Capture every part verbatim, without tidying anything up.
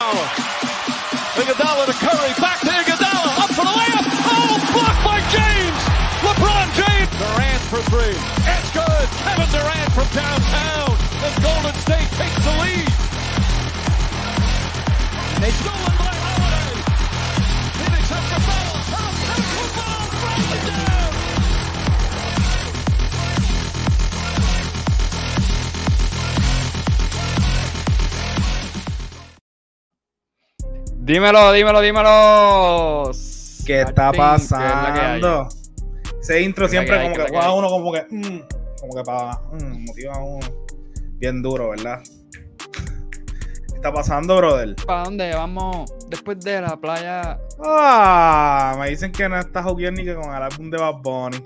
Iguodala to Curry, back to Iguodala, up for the layup. Oh, blocked by James. LeBron James. Durant for three. It's good. Kevin Durant from downtown. And Golden State takes the lead. They stolen by Holiday. Phoenix up for foul. Top, top, foul, throws it down. Dímelo, dímelo, dímelo. ¿Qué está Martín, pasando? Ese intro siempre hay, como que juega uno como que mm, como que para mm, motiva a uno bien duro, ¿verdad? ¿Qué está pasando, brother? ¿Para dónde vamos después de la playa? Ah, me dicen que no estás jugando ni que con el álbum de Bad Bunny.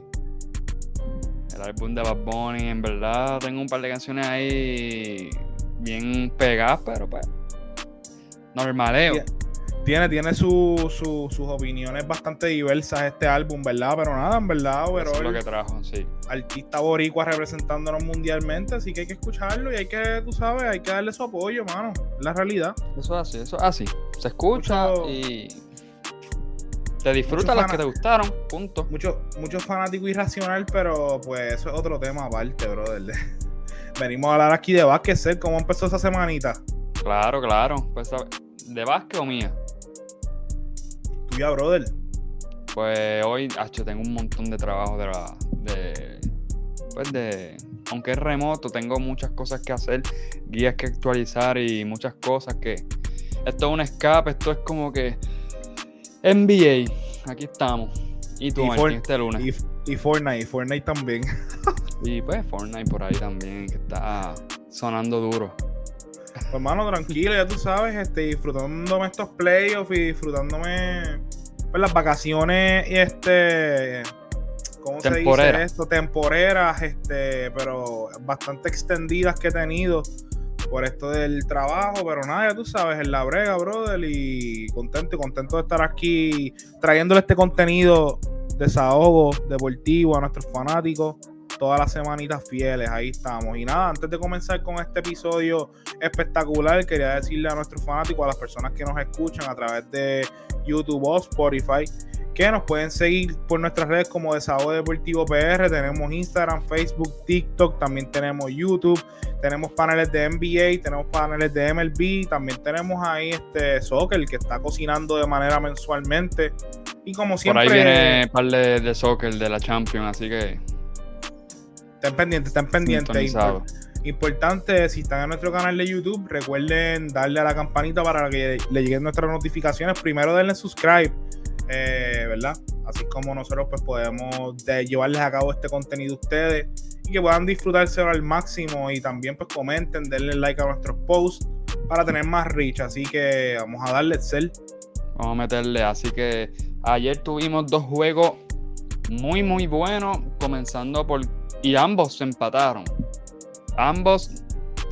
El álbum de Bad Bunny, en verdad tengo un par de canciones ahí bien pegadas, pero pues normaleo. Yeah. Tiene, tiene su, su, sus opiniones bastante diversas este álbum, ¿verdad? Pero nada, en verdad, pero eso es lo que trajo, sí. Artista boricua representándonos mundialmente, así que hay que escucharlo y hay que, tú sabes, hay que darle su apoyo, mano. Es la realidad. Eso es así, eso es así. Se escucha Mucho, y te disfrutas las que te gustaron, punto. Mucho, mucho fanático irracional, pero pues eso es otro tema aparte, brother. Venimos a hablar aquí de básquet, ¿cómo empezó esa semanita? Claro, claro. Pues, ¿de básquet o mía? Tuya, brother. Pues hoy, hacho, tengo un montón de trabajo de la, de, pues de, aunque es remoto, tengo muchas cosas que hacer, guías que actualizar y muchas cosas que, esto es un escape, esto es como que N B A, aquí estamos. Y tú, y Martín, For- este lunes. Y, y Fortnite, y Fortnite también. Y pues Fortnite por ahí también, que está sonando duro. Pues hermano, tranquilo, ya tú sabes, este, disfrutándome estos playoffs y disfrutándome pues, las vacaciones y este, ¿cómo Temporera. se dice esto? Temporeras, este, pero bastante extendidas que he tenido por esto del trabajo, pero nada, ya tú sabes, en la brega, brother, y contento, contento de estar aquí trayéndole este contenido, desahogo deportivo a nuestros fanáticos. Todas las semanitas fieles, ahí estamos. Y nada, antes de comenzar con este episodio espectacular, quería decirle a nuestros fanáticos, a las personas que nos escuchan a través de YouTube o Spotify, que nos pueden seguir por nuestras redes como Desahogo Deportivo P R. Tenemos Instagram, Facebook, TikTok, también tenemos YouTube, tenemos paneles de N B A, tenemos paneles de M L B, también tenemos ahí este soccer que está cocinando de manera mensualmente. Y como siempre... Por ahí viene un par de, de soccer de la Champions, así que... Estén pendientes, estén pendientes. Importante, si están en nuestro canal de YouTube, recuerden darle a la campanita para que le lleguen nuestras notificaciones. Primero denle subscribe, eh, ¿verdad? Así como nosotros pues podemos de llevarles a cabo este contenido a ustedes y que puedan disfrutárselo al máximo. Y también pues comenten, denle like a nuestros posts para tener más reach. Así que vamos a darle cel. Vamos a meterle. Así que ayer tuvimos dos juegos muy muy buenos, comenzando por... Y ambos se empataron. Ambos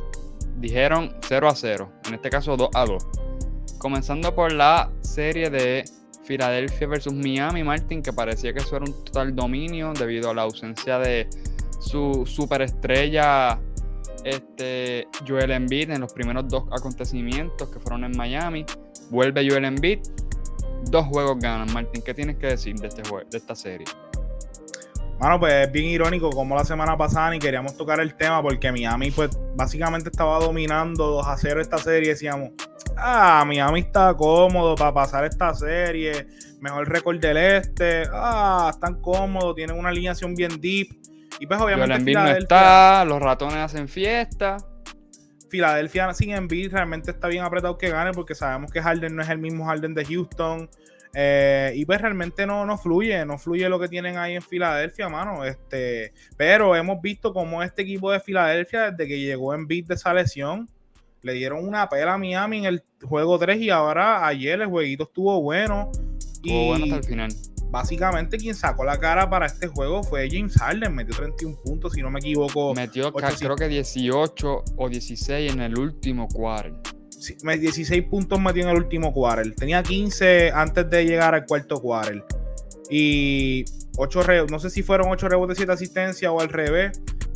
dijeron cero a cero. En este caso dos a dos. Comenzando por la serie de Filadelfia versus Miami, Martin, que parecía que eso era un total dominio debido a la ausencia de su superestrella este, Joel Embiid en los primeros dos acontecimientos que fueron en Miami. Vuelve Joel Embiid. Dos juegos ganan, Martin. ¿Qué tienes que decir de, este juego, de esta serie? Bueno, pues es bien irónico como la semana pasada ni queríamos tocar el tema porque Miami pues básicamente estaba dominando dos a cero esta serie. Decíamos, ah, Miami está cómodo para pasar esta serie, mejor récord del este, ah, están cómodos, tienen una alineación bien deep. Y pues obviamente Embiid no está, los ratones hacen fiesta. Filadelfia sin Embiid realmente está bien apretado que gane porque sabemos que Harden no es el mismo Harden de Houston. Eh, y pues realmente no, no fluye, no fluye lo que tienen ahí en Filadelfia, mano. Este, pero hemos visto cómo este equipo de Filadelfia, desde que llegó Embiid de esa lesión, le dieron una pela a Miami en el juego tres y ahora ayer el jueguito estuvo bueno. Estuvo y bueno hasta el final. Básicamente quien sacó la cara para este juego fue James Harden, metió treinta y un puntos, si no me equivoco. Metió ochocientos creo que dieciocho o dieciséis en el último cuarto. dieciséis puntos metió en el último quarter. Tenía quince antes de llegar al cuarto quarter. Y ocho rebotes, no sé si fueron ocho rebotes, siete asistencias o al revés,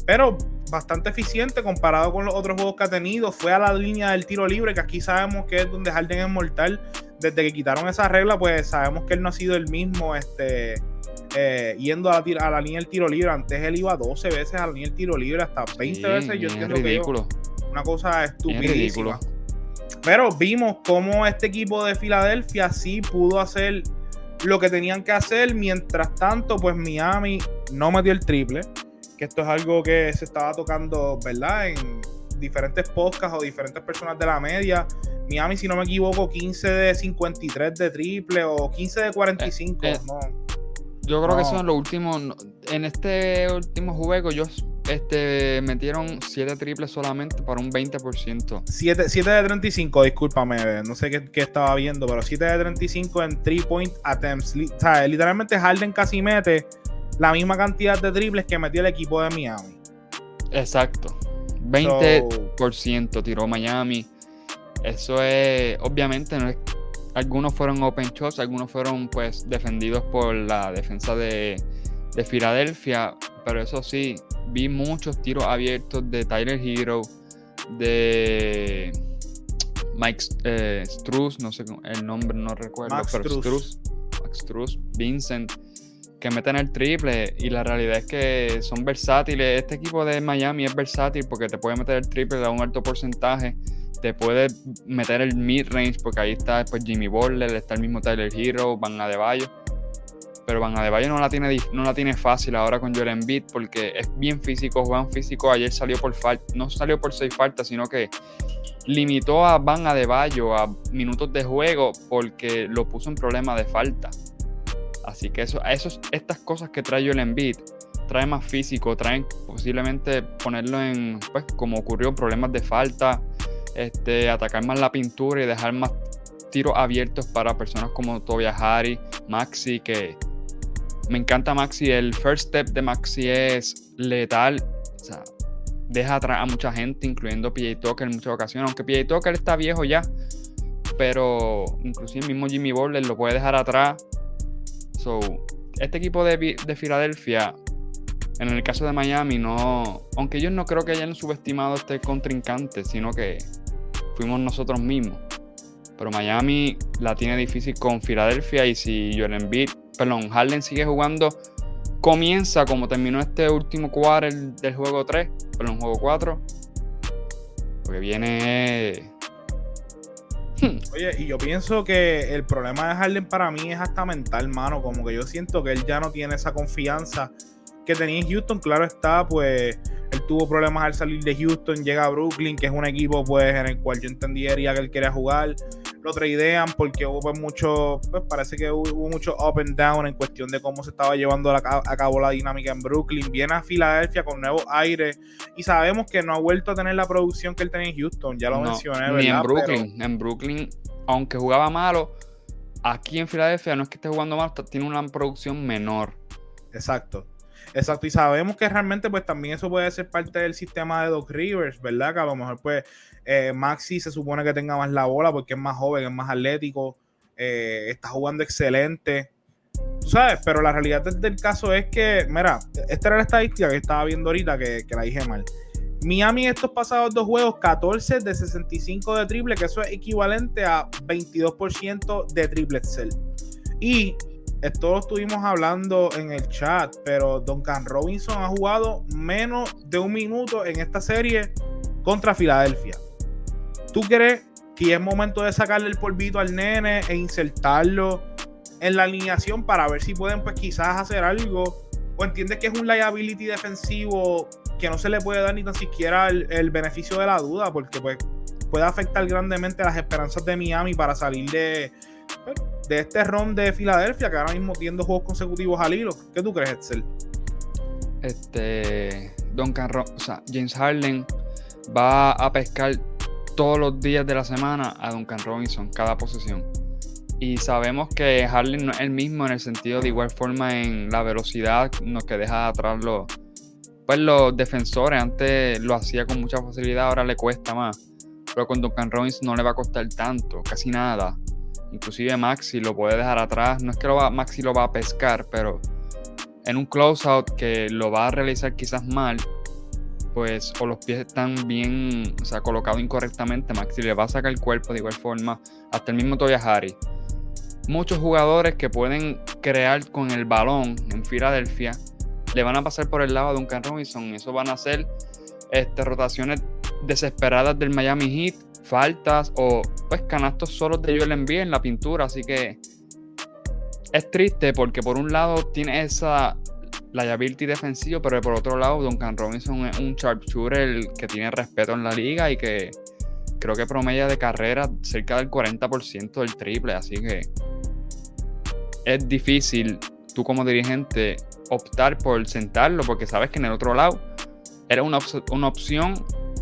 pero bastante eficiente comparado con los otros juegos que ha tenido. Fue a la línea del tiro libre, que aquí sabemos que es donde Harden es mortal. Desde que quitaron esa regla, pues sabemos que él no ha sido el mismo este, eh, yendo a la, a la línea del tiro libre. Antes él iba doce veces a la línea del tiro libre, hasta veinte sí, veces. Yo entiendo ridículo. que yo, una cosa estupidísima. Pero vimos cómo este equipo de Filadelfia sí pudo hacer lo que tenían que hacer. Mientras tanto, pues Miami no metió el triple. Que esto es algo que se estaba tocando, ¿verdad? En diferentes podcasts o diferentes personas de la media. Miami, si no me equivoco, quince de cincuenta y tres de triple o quince de cuarenta y cinco. Eh, eh, no. Yo creo no. que son los últimos. En este último juego, ellos este, metieron siete triples solamente para un veinte por ciento. siete de treinta y cinco, discúlpame, no sé qué, qué estaba viendo, pero siete de treinta y cinco en three point attempts. O sea, literalmente Harden casi mete la misma cantidad de triples que metió el equipo de Miami. Exacto. veinte por ciento so, tiró Miami. Eso es, obviamente, no es, algunos fueron open shots, algunos fueron pues defendidos por la defensa de, de Filadelfia, pero eso sí, vi muchos tiros abiertos de Tyler Hero, de Mike eh, Strus, no sé el nombre, no recuerdo, Max pero Strus, Max Strus, Vincent, que meten el triple, y la realidad es que son versátiles. Este equipo de Miami es versátil porque te puede meter el triple a un alto porcentaje, te puede meter el mid-range porque ahí está pues, Jimmy Butler, está el mismo Tyler Hero, Bam Adebayo, pero Bam Adebayo no la tiene, no la tiene fácil ahora con Joel Embiid porque es bien físico, juegan físico. Ayer salió por falta, no salió por seis faltas, sino que limitó a Bam Adebayo a minutos de juego porque lo puso en problema de falta. Así que eso, eso, estas cosas que trae Joel Embiid, trae más físico, traen posiblemente ponerlo en, pues como ocurrió, problemas de falta, este, atacar más la pintura y dejar más tiros abiertos para personas como Tobias Harris, Maxi, que me encanta Maxi. El first step de Maxi es letal, o sea, deja atrás a mucha gente, incluyendo P J Tucker en muchas ocasiones, aunque P J Tucker está viejo ya, pero inclusive el mismo Jimmy Butler lo puede dejar atrás. So, este equipo de, de Filadelfia, en el caso de Miami, no, aunque yo no creo que hayan subestimado a este contrincante, sino que fuimos nosotros mismos. Pero Miami la tiene difícil con Filadelfia, y si Joel Embiid, perdón, Harden sigue jugando, comienza como terminó este último quarter del juego tres, perdón, juego cuatro, porque viene... Oye, y yo pienso que el problema de Harden para mí es hasta mental, mano. Como que yo siento que él ya no tiene esa confianza que tenía en Houston. Claro está, pues él tuvo problemas al salir de Houston, llega a Brooklyn, que es un equipo pues en el cual yo entendería que él quería jugar. Lo tradean porque hubo pues, mucho, pues parece que hubo, hubo mucho up and down en cuestión de cómo se estaba llevando a, a cabo la dinámica en Brooklyn. Viene a Filadelfia con nuevo aire y sabemos que no ha vuelto a tener la producción que él tenía en Houston. Ya lo no, mencioné, ¿verdad? Ni en Brooklyn. Pero... en Brooklyn, aunque jugaba malo, aquí en Filadelfia no es que esté jugando mal, tiene una producción menor. Exacto. Exacto, y sabemos que realmente pues también eso puede ser parte del sistema de Doc Rivers, ¿verdad? Que a lo mejor pues eh, Maxi se supone que tenga más la bola porque es más joven, es más atlético, eh, está jugando excelente, tú sabes, pero la realidad del caso es que, mira, esta era la estadística que estaba viendo ahorita, que, que la dije mal. Miami en estos pasados dos juegos, catorce de sesenta y cinco de triple, que eso es equivalente a veintidós por ciento de triple cell. Y esto lo estuvimos hablando en el chat, pero Duncan Robinson ha jugado menos de un minuto en esta serie contra Filadelfia. ¿Tú crees que es momento de sacarle el polvito al nene e insertarlo en la alineación para ver si pueden pues quizás hacer algo? ¿O entiendes que es un liability defensivo que no se le puede dar ni tan siquiera el, el beneficio de la duda? Porque pues puede afectar grandemente las esperanzas de Miami para salir de... de este ron de Filadelfia, que ahora mismo tiene dos juegos consecutivos al hilo. ¿Qué tú crees, Edsel? Este Duncan Ro- o sea, James Harden va a pescar todos los días de la semana a Duncan Robinson, cada posesión. Y sabemos que Harden no es el mismo en el sentido de igual forma en la velocidad, no, que deja atrás los, pues los defensores. Antes lo hacía con mucha facilidad, ahora le cuesta más. Pero con Duncan Robinson no le va a costar tanto, casi nada. Inclusive Maxi lo puede dejar atrás. No es que lo va, Maxi lo va a pescar, pero en un closeout que lo va a realizar quizás mal, pues o los pies están bien, o sea, colocados incorrectamente, Maxey le va a sacar el cuerpo de igual forma, hasta el mismo Tobias Harris. Muchos jugadores que pueden crear con el balón en Filadelfia le van a pasar por el lado a Duncan Robinson. Eso van a ser este, rotaciones desesperadas del Miami Heat, faltas o pues canastos solos de Joel Embiid en la pintura. Así que es triste porque por un lado tiene esa liability defensivo, pero por otro lado Duncan Robinson es un sharpshooter que tiene respeto en la liga y que creo que promedia de carrera cerca del cuarenta por ciento del triple. Así que es difícil tú como dirigente optar por sentarlo porque sabes que en el otro lado era una, op- una opción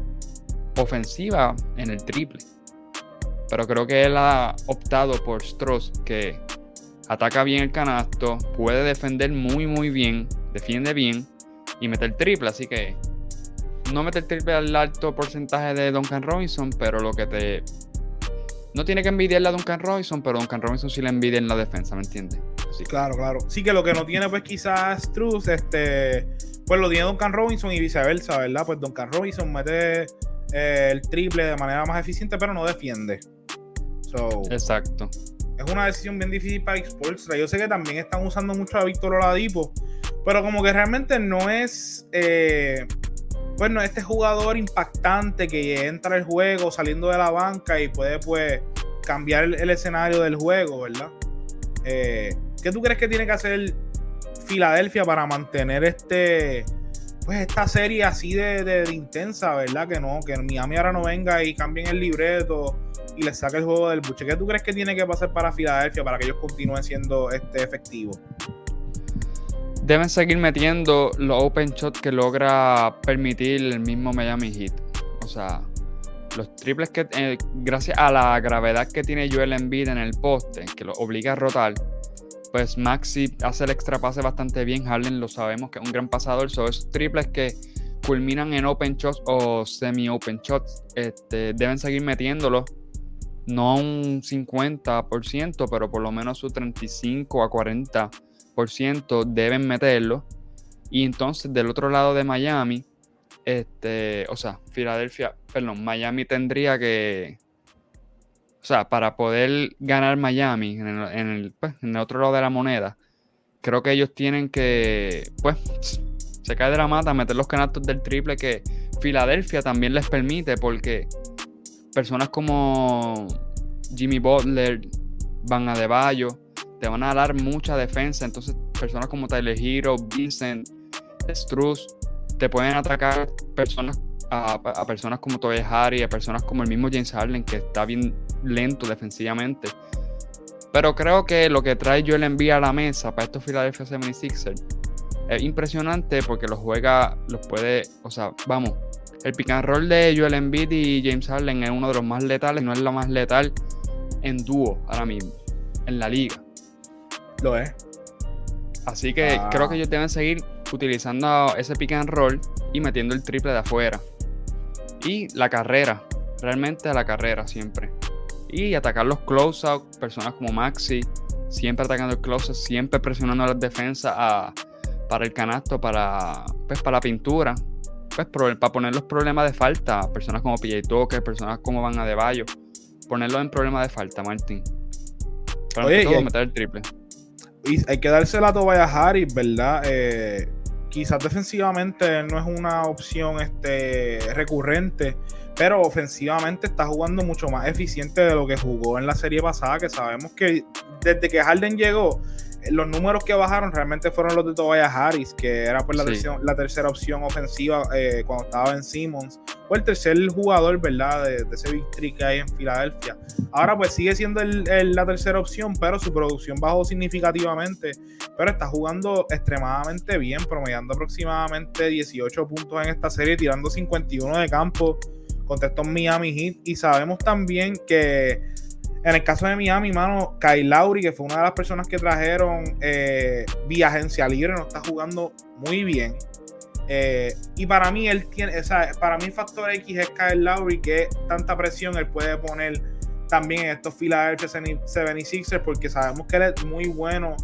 ofensiva en el triple. Pero creo que él ha optado por Strus, que ataca bien el canasto, puede defender muy muy bien, defiende bien y mete el triple. Así que no mete el triple al alto porcentaje de Duncan Robinson, pero lo que te... No tiene que envidiarle a Duncan Robinson, pero Duncan Robinson sí le envidia en la defensa, ¿me entiendes? Sí, claro, claro. Sí, que lo que no tiene, pues quizás Strus, este, pues lo tiene Duncan Robinson y viceversa, ¿verdad? Pues Duncan Robinson mete eh, el triple de manera más eficiente, pero no defiende. So, exacto. Es una decisión bien difícil para Spoelstra. Yo sé que también están usando mucho a Víctor Oladipo, pero como que realmente no es... Eh, bueno, este jugador impactante que entra al juego saliendo de la banca y puede pues cambiar el, el escenario del juego, ¿verdad? Eh, ¿Qué tú crees que tiene que hacer Filadelfia para mantener este pues esta serie así de, de, de intensa, ¿verdad? Que no, que Miami ahora no venga y cambien el libreto y le saque el juego del buche. ¿Qué tú crees que tiene que pasar para Filadelfia para que ellos continúen siendo este efectivos? Deben seguir metiendo los open shots que logra permitir el mismo Miami Heat. O sea, los triples que, eh, gracias a la gravedad que tiene Joel Embiid en el poste, que lo obliga a rotar, pues Maxey hace el extra pase bastante bien. Harden lo sabemos que es un gran pasador. Son esos triples que culminan en open shots o semi-open shots. Este, deben seguir metiéndolos. No un cincuenta por ciento, pero por lo menos su treinta y cinco a cuarenta por ciento deben meterlo. Y entonces del otro lado de Miami, este, o sea, Filadelfia, perdón, Miami tendría que, o sea, para poder ganar Miami en el, en el, pues, en el otro lado de la moneda, creo que ellos tienen que, pues, se cae de la mata, meter los canastos del triple que Filadelfia también les permite, porque personas como Jimmy Butler, Bam Adebayo, te van a dar mucha defensa. Entonces personas como Tyler Hero, Vincent, Strus, te pueden atacar personas a, a personas como Tobias Harris, a personas como el mismo James Harden, que está bien lento defensivamente. Pero creo que lo que trae Joel Embiid a la mesa para estos Philadelphia setenta y seis ers es impresionante, porque los juega, los puede, o sea, vamos, el pick and roll de Joel Embiid y James Harden es uno de los más letales, no es lo más letal en dúo ahora mismo en la liga. Lo es. Así que ah. creo que ellos deben seguir utilizando ese pick and roll y metiendo el triple de afuera. Y la carrera, realmente a la carrera siempre. Y atacar los close-out, personas como Maxey, siempre atacando el close-out, siempre presionando a las defensas a, para el canasto, para, pues, para la pintura. Pues pro, para poner los problemas de falta, personas como P J Tucker, personas como Bam Adebayo, ponerlos en problemas de falta, Martín. Pero Oye, todo hay, meter el triple. Y hay que dársela a Tobias Harris, ¿verdad? Eh, quizás defensivamente no es una opción este, recurrente, pero ofensivamente está jugando mucho más eficiente de lo que jugó en la serie pasada, que sabemos que desde que Harden llegó, los números que bajaron realmente fueron los de Tobias Harris, que era pues la, sí. tercera, la tercera opción ofensiva eh, cuando estaba Ben Simmons, o el tercer jugador, ¿verdad? De, de ese victory que hay en Filadelfia. Ahora pues sigue siendo el, el, la tercera opción, pero su producción bajó significativamente, pero está jugando extremadamente bien, promediando aproximadamente dieciocho puntos en esta serie, tirando cincuenta y uno de campo contra estos Miami Heat. Y sabemos también que en el caso de Miami, mano, Kyle Lowry, que fue una de las personas que trajeron eh, vía agencia libre, no está jugando muy bien. Eh, y para mí, él tiene, o sea, para mí el factor X es Kyle Lowry, que tanta presión él puede poner también en estos Philadelphia setenta y seis ers, porque sabemos que él es muy bueno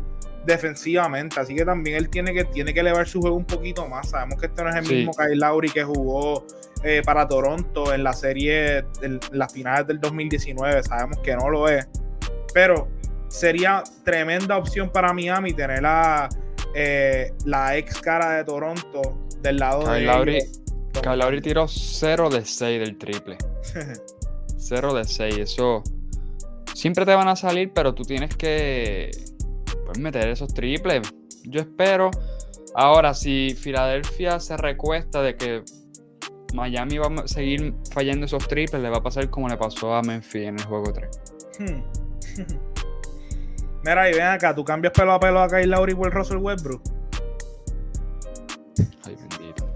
defensivamente, así que también él tiene que, tiene que elevar su juego un poquito más. Sabemos que este no es el Sí. mismo Kyle Lowry que jugó eh, para Toronto en la serie, en las finales del dos mil diecinueve, sabemos que no lo es, pero sería tremenda opción para Miami tener la, eh, la ex cara de Toronto del lado Kyle de Lowry, ellos. Kyle Lowry tiró cero de seis del triple. cero de seis, eso siempre te van a salir, pero tú tienes que pues, meter esos triples. Yo espero. Ahora, si Filadelfia se recuesta de que Miami va a seguir fallando esos triples, le va a pasar como le pasó a Memphis en el juego tres. Hmm. Mira, y ven acá, ¿tú cambias pelo a pelo a Kyle Lowry por Russell Westbrook? Ay, bendito.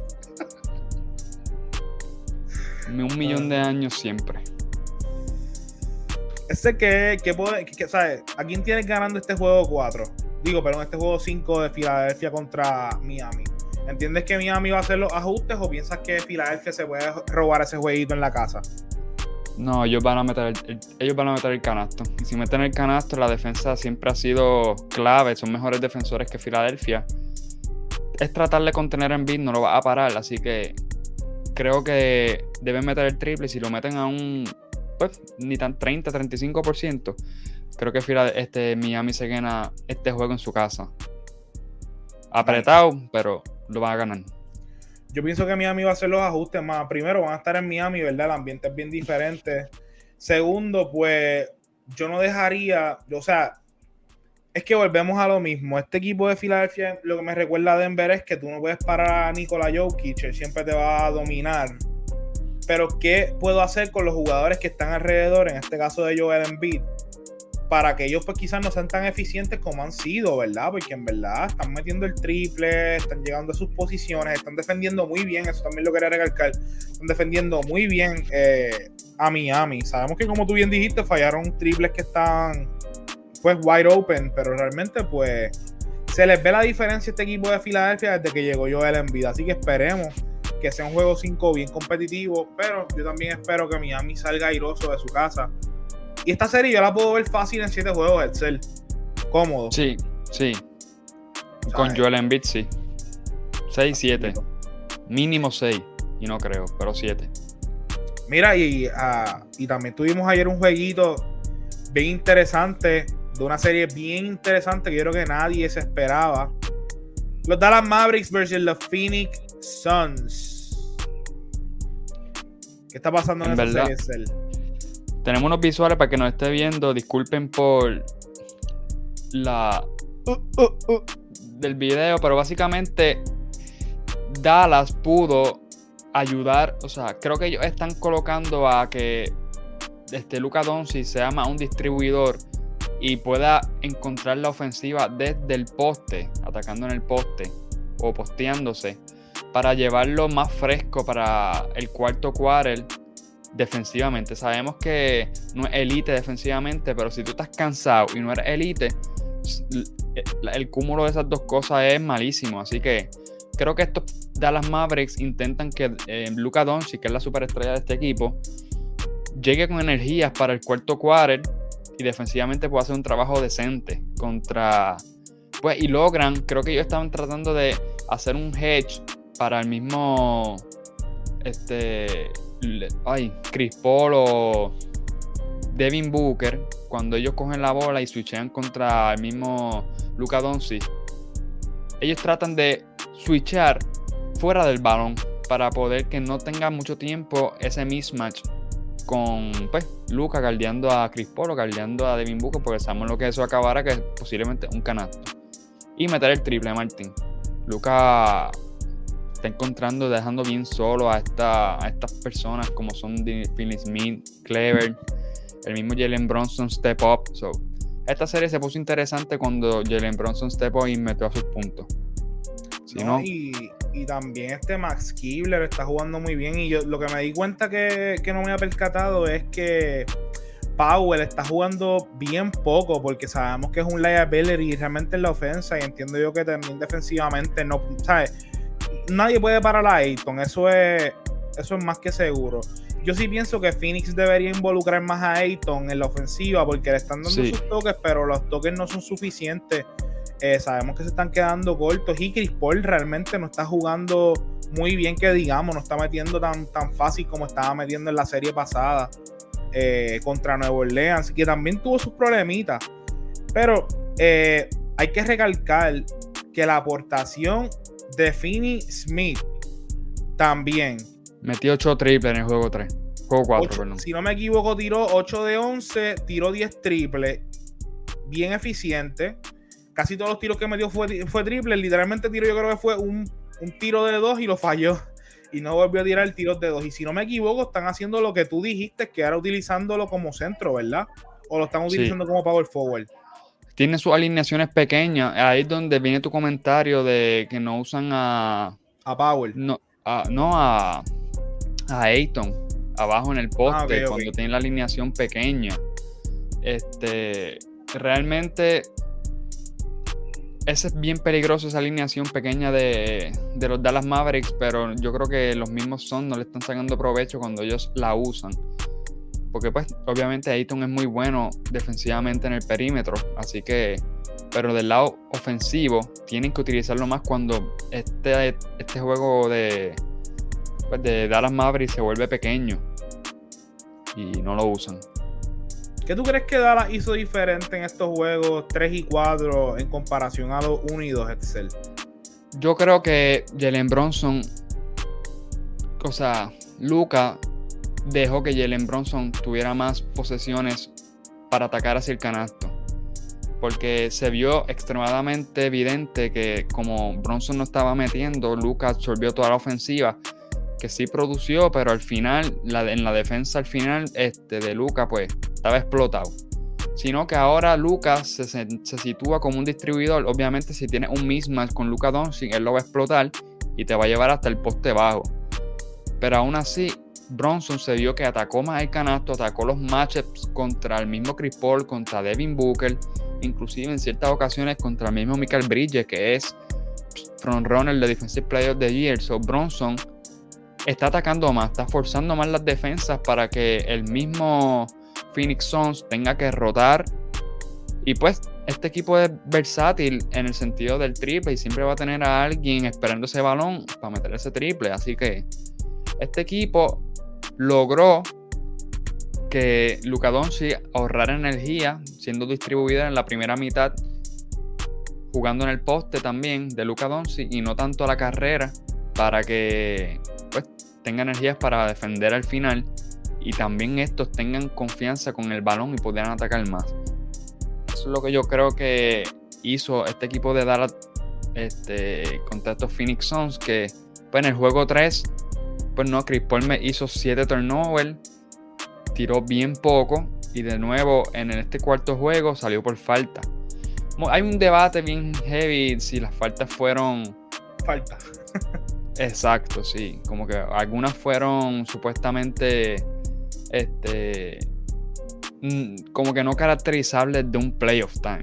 Un millón de años siempre. Ese que, que puede, que, que, ¿sabes? ¿A quién tienes ganando este juego cuatro? Digo, perdón, este juego cinco de Filadelfia contra Miami. ¿Entiendes que Miami va a hacer los ajustes o piensas que Filadelfia se puede robar ese jueguito en la casa? No, ellos van a meter el, el, ellos van a meter el canasto. Y si meten el canasto, la defensa siempre ha sido clave. Son mejores defensores que Filadelfia. Es tratar de contener a Embiid, no lo va a parar. Así que creo que deben meter el triple. Y si lo meten a un, pues, ni tan treinta, treinta y cinco por ciento, creo que este, Miami se gana este juego en su casa. Apretado, pero lo van a ganar. Yo pienso que Miami va a hacer los ajustes más. Primero, van a estar en Miami, ¿verdad? El ambiente es bien diferente. Segundo, pues, yo no dejaría... O sea, es que volvemos a lo mismo. Este equipo de Filadelfia, lo que me recuerda a Denver es que tú no puedes parar a Nikola Jokic. Él siempre te va a dominar. Pero, ¿qué puedo hacer con los jugadores que están alrededor? En este caso de Joel Embiid. Para que ellos pues quizás no sean tan eficientes como han sido, ¿verdad? Porque en verdad están metiendo el triple, están llegando a sus posiciones, están defendiendo muy bien, eso también lo quería recalcar, están defendiendo muy bien eh, a Miami. Sabemos que como tú bien dijiste, fallaron triples que están pues wide open, pero realmente pues se les ve la diferencia a este equipo de Filadelfia desde que llegó Joel Embiid, así que esperemos que sea un juego cinco bien competitivo, pero yo también espero que Miami salga airoso de su casa. Y esta serie yo la puedo ver fácil en siete juegos, Excel. Cómodo. Sí, sí. ¿Sabes? Con Joel Embiid, sí. seis siete. Mínimo seis. Y no creo, pero siete. Mira, y, uh, y también tuvimos ayer un jueguito bien interesante, de una serie bien interesante que yo creo que nadie se esperaba. Los Dallas Mavericks versus los Phoenix Suns. ¿Qué está pasando en, en esa verdad, serie, Excel? Tenemos unos visuales para que nos esté viendo. Disculpen por la uh, uh, uh, del video, pero básicamente Dallas pudo ayudar. O sea, creo que ellos están colocando a que este Luka Doncic sea más un distribuidor y pueda encontrar la ofensiva desde el poste, atacando en el poste o posteándose, para llevarlo más fresco para el cuarto quarter. Defensivamente, sabemos que no es elite defensivamente, pero si tú estás cansado y no eres elite, el cúmulo de esas dos cosas es malísimo. Así que creo que estos Dallas Mavericks intentan que eh, Luka Doncic, que es la superestrella de este equipo, llegue con energías para el cuarto quarter y defensivamente pueda hacer un trabajo decente contra, pues, y logran, creo que ellos estaban tratando de hacer un hedge para el mismo este ay, Chris Paul o Devin Booker, cuando ellos cogen la bola y switchean contra el mismo Luka Doncic. Ellos tratan de switchar fuera del balón para poder que no tenga mucho tiempo ese mismatch con, pues, Luka guardeando a Chris Paul o guardeando a Devin Booker, porque sabemos lo que eso acabará, que es posiblemente un canasto. Y meter el triple, Martín. Luka está encontrando, dejando bien solo a, esta, a estas personas como son Finney Smith, Clever, el mismo Jalen Brunson step up. So, esta serie se puso interesante cuando Jalen Brunson step up y metió a sus puntos. Si no, no, y, y también este Max Kibler está jugando muy bien, y yo lo que me di cuenta que, que no me había percatado es que Powell está jugando bien poco, porque sabemos que es un liability realmente en la ofensa, y entiendo yo que también defensivamente no, ¿sabes? Nadie puede parar a Ayton, eso es, eso es más que seguro. Yo sí pienso que Phoenix debería involucrar más a Ayton en la ofensiva, porque le están dando sí. sus toques, pero los toques no son suficientes. Eh, sabemos que se están quedando cortos y Chris Paul realmente no está jugando muy bien, que digamos, no está metiendo tan, tan fácil como estaba metiendo en la serie pasada eh, contra Nueva Orleans, que también tuvo sus problemitas. Pero eh, hay que recalcar que la aportación de Finney Smith también. Metió ocho triples en el juego tres. Juego cuatro, ocho, perdón. Si no me equivoco, tiró ocho de once, tiró diez triples. Bien eficiente. Casi todos los tiros que metió fue, fue triple. Literalmente tiro yo creo que fue un, un tiro de dos y lo falló. Y no volvió a tirar tiros de dos. Y si no me equivoco, están haciendo lo que tú dijiste, que era utilizándolo como centro, ¿verdad? O lo están utilizando sí. como power forward. Tiene sus alineaciones pequeñas. Ahí es donde viene tu comentario de que no usan a... A Powell. No, a, no a, a Ayton. Abajo en el poste. Ah, okay, cuando okay. tiene la alineación pequeña. Este... Realmente... Ese es bien peligroso, esa alineación pequeña de, de los Dallas Mavericks, pero yo creo que los mismos Suns no le están sacando provecho cuando ellos la usan. Porque pues obviamente Ayton es muy bueno defensivamente en el perímetro, así que, pero del lado ofensivo tienen que utilizarlo más cuando este, este juego de, pues, de Dallas Mavericks se vuelve pequeño y no lo usan. ¿Qué tú crees que Dallas hizo diferente en estos juegos tres y cuatro en comparación a los uno y dos, Excel? Yo creo que Jalen Brunson, o sea, Luka dejó que Jalen Brunson tuviera más posesiones para atacar hacia el canasto. Porque se vio extremadamente evidente que como Brunson no estaba metiendo, Luka absorbió toda la ofensiva, que sí produció, pero al final, la, en la defensa al final este, de Luka, pues estaba explotado. Sino que ahora Luka se, se, se sitúa como un distribuidor. Obviamente si tienes un mismatch con Luka Doncic, él lo va a explotar y te va a llevar hasta el poste bajo. Pero aún así, Brunson se vio que atacó más el canasto, atacó los matchups contra el mismo Chris Paul, contra Devin Booker, inclusive en ciertas ocasiones contra el mismo Mikal Bridges, que es frontrunner de Defensive Player of the Year. So Brunson está atacando más, está forzando más las defensas para que el mismo Phoenix Suns tenga que rotar. Y pues este equipo es versátil en el sentido del triple y siempre va a tener a alguien esperando ese balón para meter ese triple. Así que este equipo logró que Luka Doncic ahorrara energía siendo distribuida en la primera mitad, jugando en el poste también de Luka Doncic y no tanto a la carrera, para que pues tenga energías para defender al final y también estos tengan confianza con el balón y puedan atacar más. Eso es lo que yo creo que hizo este equipo de Dallas este, contra estos Phoenix Suns, que pues, en el juego tres pues no, Chris Paul me hizo siete turnovers, tiró bien poco y de nuevo en este cuarto juego salió por falta. Hay un debate bien heavy si las faltas fueron... Falta. Exacto, sí. Como que algunas fueron supuestamente este como que no caracterizables de un playoff time.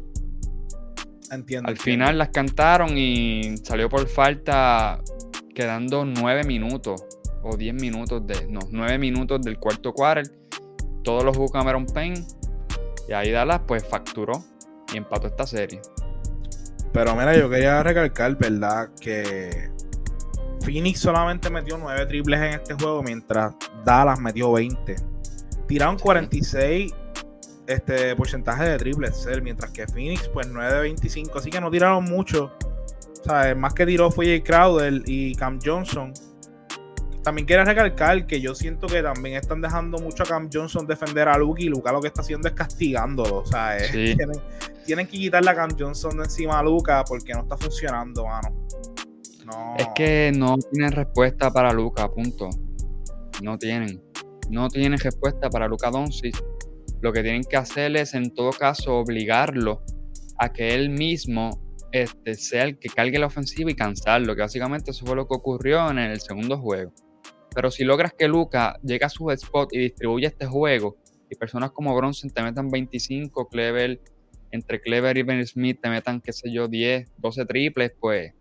Entiendo. Al entiendo. final las cantaron y salió por falta quedando nueve minutos o diez minutos de... No, nueve minutos del cuarto quarter. Todos los jugó Cameron Payne y ahí Dallas pues facturó y empató esta serie. Pero mira, yo quería recalcar, ¿verdad? Que Phoenix solamente metió nueve triples en este juego, mientras Dallas metió veinte. Tiraron cuarenta y seis este, porcentaje de triples, mientras que Phoenix, pues nueve de veinticinco. Así que no tiraron mucho. O sea, el más que tiró fue Jay Crowder y Cam Johnson. También quiero recalcar que yo siento que también están dejando mucho a Cam Johnson defender a Luka, y Luka lo que está haciendo es castigándolo. O sea, es, sí. tienen, tienen que quitarle a Cam Johnson de encima a Luka porque no está funcionando, mano. No. Es que no tienen respuesta para Luka, punto. No tienen. No tienen respuesta para Luka Doncic. Lo que tienen que hacer es, en todo caso, obligarlo a que él mismo este, sea el que cargue la ofensiva y cansarlo, que básicamente eso fue lo que ocurrió en el segundo juego. Pero si logras que Luka llegue a su spot y distribuya este juego, y personas como Brunson te metan veinticinco, Clever, entre Clever y Ben Smith te metan, qué sé yo, diez, doce triples, pues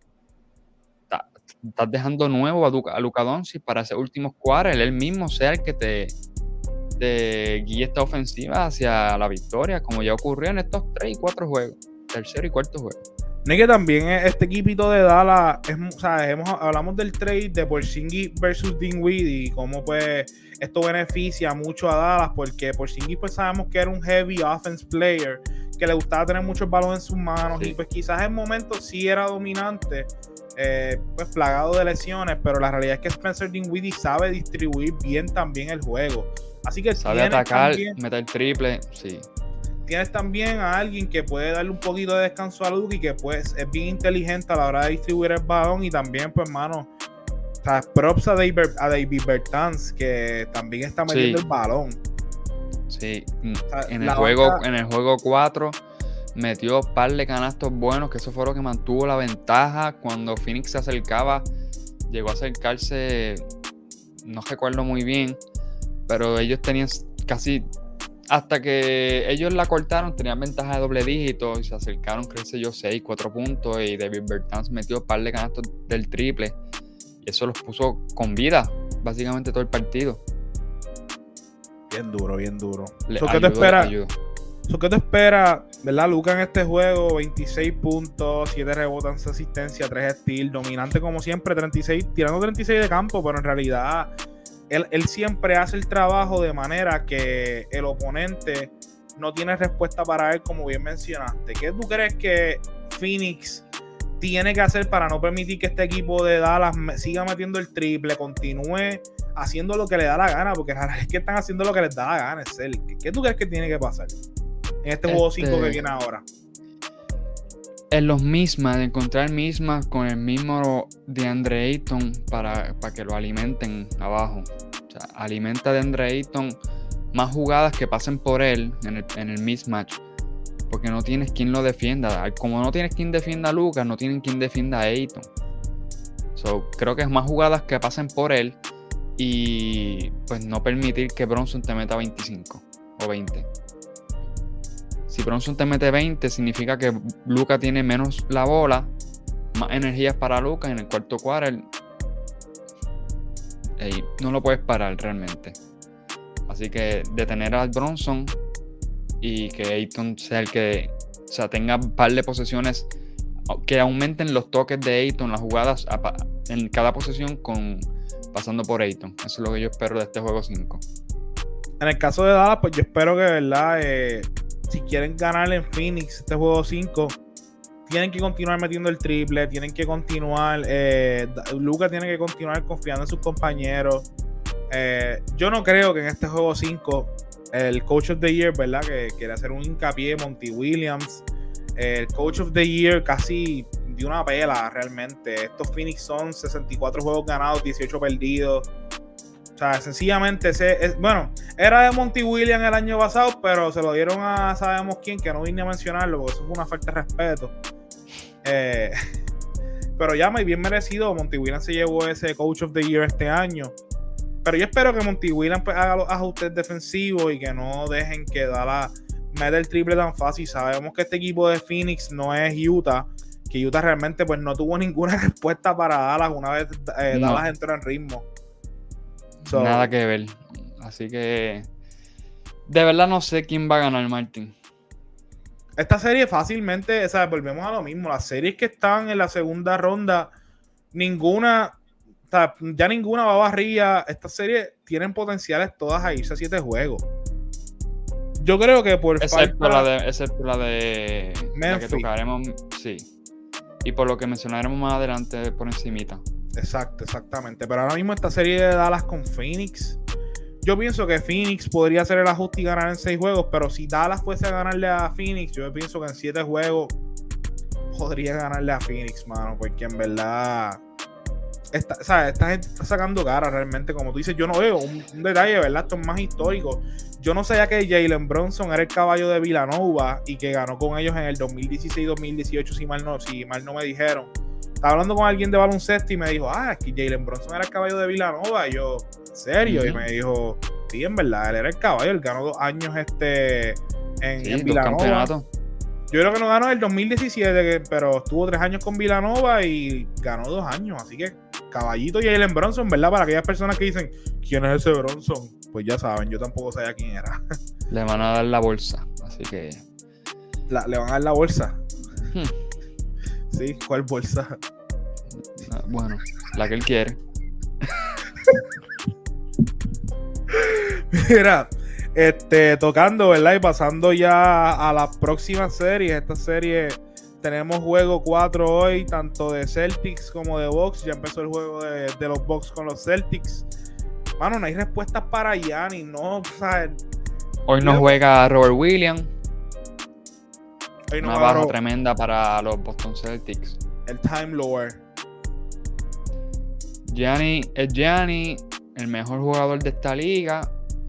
estás dejando nuevo a Luka, a Luka Doncic para ese últimos quarters, él mismo sea el que te, te guíe esta ofensiva hacia la victoria, como ya ocurrió en estos tres y cuatro juegos. tercero y cuarto juego. No es que también este equipito de Dallas, es, o sea, hemos, hablamos del trade de Porzingis versus Dinwiddie y cómo pues esto beneficia mucho a Dallas, porque Porzingis pues sabemos que era un heavy offense player, que le gustaba tener muchos balones en sus manos, sí. Y pues quizás en momentos sí era dominante, eh, pues plagado de lesiones, pero la realidad es que Spencer Dinwiddie sabe distribuir bien también el juego. Así que sabe atacar, también, meter triple, sí. Tienes también a alguien que puede darle un poquito de descanso a Luka y que pues es bien inteligente a la hora de distribuir el balón, y también pues mano, o sea, props a David, a David Bertans, que también está metiendo sí. el balón. Sí, o sea, en, el juego, banca... en el juego cuatro metió un par de canastos buenos, que eso fue lo que mantuvo la ventaja cuando Phoenix se acercaba, llegó a acercarse, no recuerdo muy bien, pero ellos tenían casi... Hasta que ellos la cortaron, tenían ventaja de doble dígito y se acercaron, creo que yo, seis, cuatro puntos, y David Bertans metió un par de canastos del triple y eso los puso con vida básicamente todo el partido. Bien duro, bien duro. Le ¿So ayudó, qué te espera? ayudó. So, ¿qué te espera, verdad, Luka, en este juego? veintiséis puntos, siete rebotes, once asistencias, tres steals, dominante como siempre, treinta y seis, tirando treinta y seis de campo, pero en realidad... Él, él siempre hace el trabajo de manera que el oponente no tiene respuesta para él, como bien mencionaste. ¿Qué tú crees que Phoenix tiene que hacer para no permitir que este equipo de Dallas siga metiendo el triple, continúe haciendo lo que le da la gana? Porque la verdad es que están haciendo lo que les da la gana. Es el, ¿qué tú crees que tiene que pasar en este, este... juego cinco que viene ahora? En los mismas, de encontrar mismas con el mismo DeAndre Ayton para, para que lo alimenten abajo. O sea, alimenta a DeAndre Ayton más jugadas que pasen por él en el, en el mismatch. Porque no tienes quien lo defienda. Como no tienes quien defienda a Lucas, no tienen quien defienda a Ayton. So, creo que es más jugadas que pasen por él y pues no permitir que Bronson te meta veinticinco o veinte. Si Bronson te mete veinte, significa que Luka tiene menos la bola, más energías para Luka. En el cuarto quarter ey, no lo puedes parar realmente. Así que detener a Bronson y que Ayton sea el que, o sea, tenga un par de posesiones, que aumenten los toques de Ayton, las jugadas en cada posesión con, pasando por Ayton. Eso es lo que yo espero de este juego cinco. En el caso de Dallas, pues yo espero que, verdad, eh, si quieren ganar en Phoenix este juego cinco, tienen que continuar metiendo el triple, tienen que continuar, eh, Luka tiene que continuar confiando en sus compañeros. Eh, yo no creo que en este juego cinco el Coach of the Year, ¿verdad? Que quiere hacer un hincapié, Monty Williams, eh, el Coach of the Year casi dio una pela realmente. Estos Phoenix son sesenta y cuatro juegos ganados, dieciocho perdidos. O sea, sencillamente, ese, es, bueno, era de Monty Williams el año pasado, pero se lo dieron a sabemos quién, que no vine a mencionarlo, porque eso fue una falta de respeto. Eh, pero ya muy bien merecido, Monty Williams se llevó ese Coach of the Year este año. Pero yo espero que Monty Williams pues, haga los ajustes defensivos y que no dejen que Dallas meta el triple tan fácil. Sabemos que este equipo de Phoenix no es Utah, que Utah realmente pues no tuvo ninguna respuesta para Dallas una vez eh, no. Dallas entró en ritmo. So, nada que ver. Así que de verdad no sé quién va a ganar, Martín. Esta serie fácilmente, o sea, volvemos a lo mismo. Las series que están en la segunda ronda, ninguna... O sea, ya ninguna va barrida. Estas series tienen potenciales todas a irse a siete juegos. Yo creo que por excepto falta... la de excepto la de la que tocaremos, sí. Y por lo que mencionaremos más adelante por encimita. Exacto, exactamente. Pero ahora mismo esta serie de Dallas con Phoenix, yo pienso que Phoenix podría hacer el ajuste y ganar en seis juegos, pero si Dallas fuese a ganarle a Phoenix, yo pienso que en siete juegos podría ganarle a Phoenix, mano, porque en verdad... Esta, o sea, esta gente está sacando cara realmente, como tú dices. Yo no veo un, un detalle, ¿verdad? Esto es más histórico. Yo no sabía que Jalen Brunson era el caballo de Villanova y que ganó con ellos en el dos mil dieciséis dos mil dieciocho, si mal no, si mal no me dijeron. Estaba hablando con alguien de baloncesto y me dijo, ah, es que Jalen Brunson era el caballo de Villanova. Y yo, ¿en serio? Uh-huh. Y me dijo, sí, en verdad, él era el caballo. Él ganó dos años este en, sí, en Villanova. Yo creo que no ganó en el dos mil diecisiete, pero estuvo tres años con Villanova y ganó dos años. Así que caballito Jalen Brunson, ¿verdad? Para aquellas personas que dicen, ¿quién es ese Brunson? Pues ya saben, yo tampoco sabía quién era. Le van a dar la bolsa, así que... La, ¿Le van a dar la bolsa? Hmm. Sí, ¿cuál bolsa? Bueno, la que él quiere. Mira, este, tocando, ¿verdad? Y pasando ya a las próximas series. Esta serie tenemos juego cuatro hoy, tanto de Celtics como de Bucks. Ya empezó el juego de, de los Bucks con los Celtics. Mano, no hay respuestas para Giannis, ¿no? O sea, hoy no juega Robert Williams. Hoy no Una baja tremenda para los Boston Celtics. El Time Lord. Giannis es Giannis, el mejor jugador de esta liga.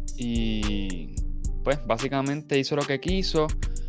Y pues básicamente hizo lo que quiso.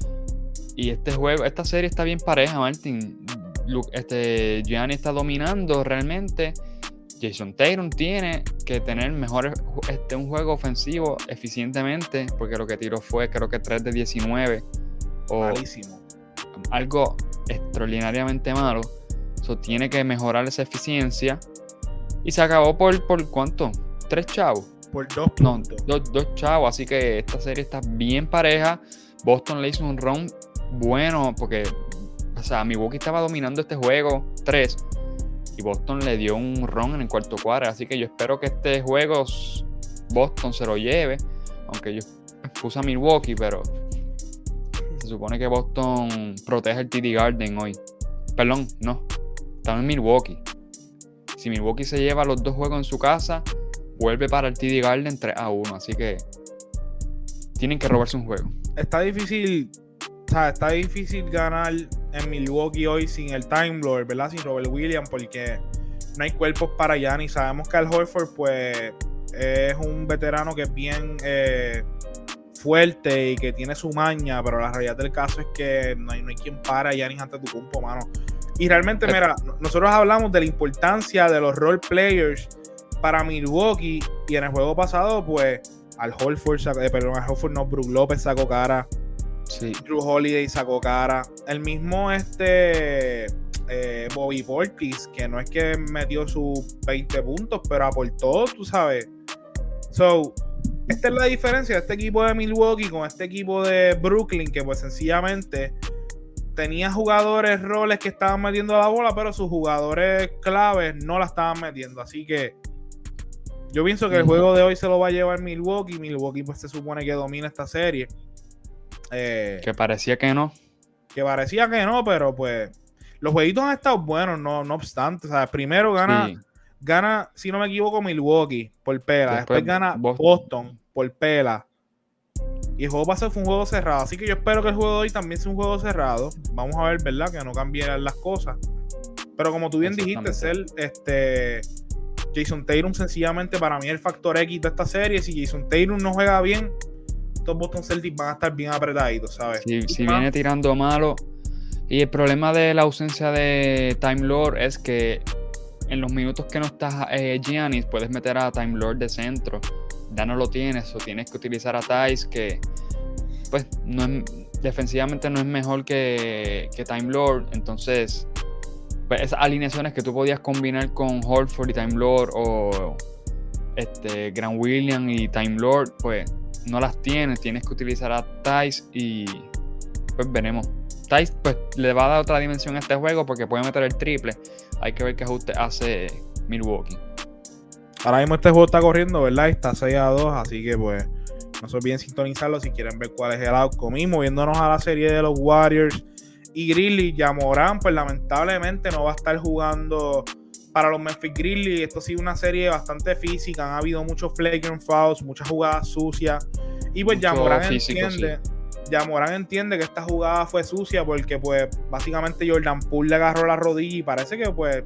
Y este juego, esta serie está bien pareja, Martin. Este, Giannis está dominando realmente. Jason Tatum tiene que tener mejor este, un juego ofensivo eficientemente, porque lo que tiró fue creo que tres de diecinueve. O malísimo. Algo extraordinariamente malo. So, tiene que mejorar esa eficiencia. Y se acabó por, por ¿cuánto? ¿Tres chavos? Por dos No, puntos. dos, dos chavos. Así que esta serie está bien pareja. Boston le hizo un run bueno porque, o sea, Milwaukee estaba dominando este juego tres y Boston le dio un run en el cuarto cuadro. Así que yo espero que este juego Boston se lo lleve. Aunque yo puse a Milwaukee, pero se supone que Boston protege el T D Garden hoy. Perdón, no. Estamos en Milwaukee. Si Milwaukee se lleva los dos juegos en su casa, vuelve para el T D Garden tres a uno. Así que tienen que robarse un juego. Está difícil, o sea, está difícil ganar en Milwaukee hoy sin el Time Lord, ¿verdad? Sin Robert Williams, porque no hay cuerpos para Giannis. Sabemos que Al Horford, pues, es un veterano que es bien eh, fuerte y que tiene su maña, pero la realidad del caso es que no hay, no hay quien para a Giannis Antetokounmpo, mano. Y realmente, mira, nosotros hablamos de la importancia de los role players para Milwaukee, y en el juego pasado, pues, Al Horford, sacó, eh, perdón, Al Horford no, Brook López sacó cara. Sí. Drew Holiday sacó cara. El mismo este eh, Bobby Portis, que no es que metió sus veinte puntos, pero aportó, tú sabes. So, esta es la diferencia de este equipo de Milwaukee con este equipo de Brooklyn, que pues sencillamente tenía jugadores roles que estaban metiendo la bola, pero sus jugadores claves no la estaban metiendo. Así que yo pienso que el juego de hoy se lo va a llevar Milwaukee. Milwaukee pues se supone que domina esta serie. Eh, que parecía que no. Que parecía que no, pero pues los jueguitos han estado buenos, no, no obstante. O sea, primero gana, sí. gana, si no me equivoco, Milwaukee por pela. Después, Después gana Boston. Boston por pela. Y el juego pasado fue un juego cerrado. Así que yo espero que el juego de hoy también sea un juego cerrado. Vamos a ver, ¿verdad? Que no cambien las cosas. Pero como tú bien dijiste, Cel, este, Jason Tatum sencillamente para mí es el factor X de esta serie. Si Jason Tatum no juega bien, estos Boston Celtics van a estar bien apretaditos, ¿sabes? Si, si viene tirando malo. Y el problema de la ausencia de Time Lord es que en los minutos que no está eh, Giannis, puedes meter a Time Lord de centro. Ya no lo tienes, o tienes que utilizar a Thais, que pues no es, defensivamente no es mejor que, que Time Lord. Entonces, pues esas alineaciones que tú podías combinar con Horford y Time Lord, o este, Grant Williams y Time Lord, pues no las tienes. Tienes que utilizar a Thais y pues veremos. Thais pues le va a dar otra dimensión a este juego porque puede meter el triple. Hay que ver qué ajuste hace Milwaukee. Ahora mismo este juego está corriendo, ¿verdad? Está seis a dos, así que pues no se olviden sintonizarlo si quieren ver cuál es el outcome. Y moviéndonos a la serie de los Warriors y Grizzlies, ya Morán pues lamentablemente no va a estar jugando para los Memphis Grizzlies. Esto ha sido una serie bastante física, han habido muchos flagrant fouls, muchas jugadas sucias, y pues ya Morán entiende, sí. ya Morán entiende que esta jugada fue sucia porque pues básicamente Jordan Poole le agarró la rodilla y parece que pues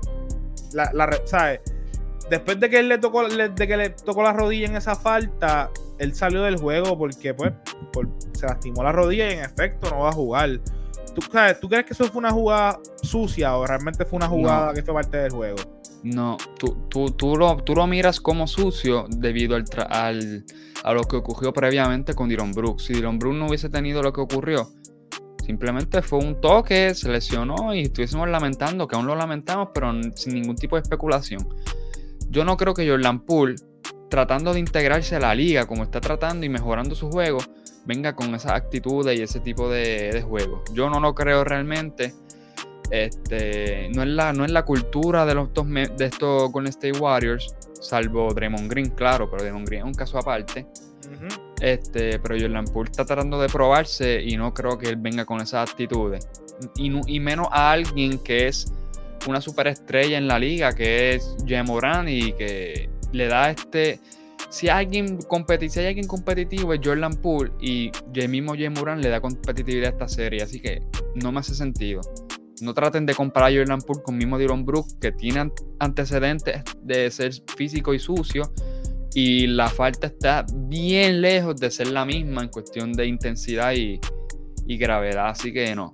la, la ¿sabes? Después de que él le tocó, de que le tocó la rodilla en esa falta, él salió del juego porque pues por, se lastimó la rodilla y en efecto no va a jugar. ¿Tú, sabes, ¿Tú crees que eso fue una jugada sucia o realmente fue una jugada no. que fue parte del juego? No, tú, tú, tú, lo, tú lo miras como sucio debido al, tra- al a lo que ocurrió previamente con Dillon Brooks. Si Dillon Brooks no hubiese tenido lo que ocurrió, simplemente fue un toque, se lesionó y estuviésemos lamentando, que aún lo lamentamos, pero sin ningún tipo de especulación. Yo no creo que Jordan Poole, tratando de integrarse a la liga como está tratando y mejorando su juego, venga con esas actitudes y ese tipo de, de juego. Yo no lo creo realmente. Este, no es la, no es la cultura de, los, de estos Golden State Warriors, salvo Draymond Green, claro, pero Draymond Green es un caso aparte. Uh-huh. Este, pero Jordan Poole está tratando de probarse y no creo que él venga con esas actitudes. Y, y menos a alguien que es una superestrella en la liga, que es Ja Morant, y que le da este... Si hay alguien, competi- si hay alguien competitivo es Jordan Poole, y el mismo Ja Morant le da competitividad a esta serie, así que no me hace sentido. No traten de comparar a Jordan Poole con mismo Dillon Brooks, que tiene antecedentes de ser físico y sucio, y la falta está bien lejos de ser la misma en cuestión de intensidad y, y gravedad, así que no.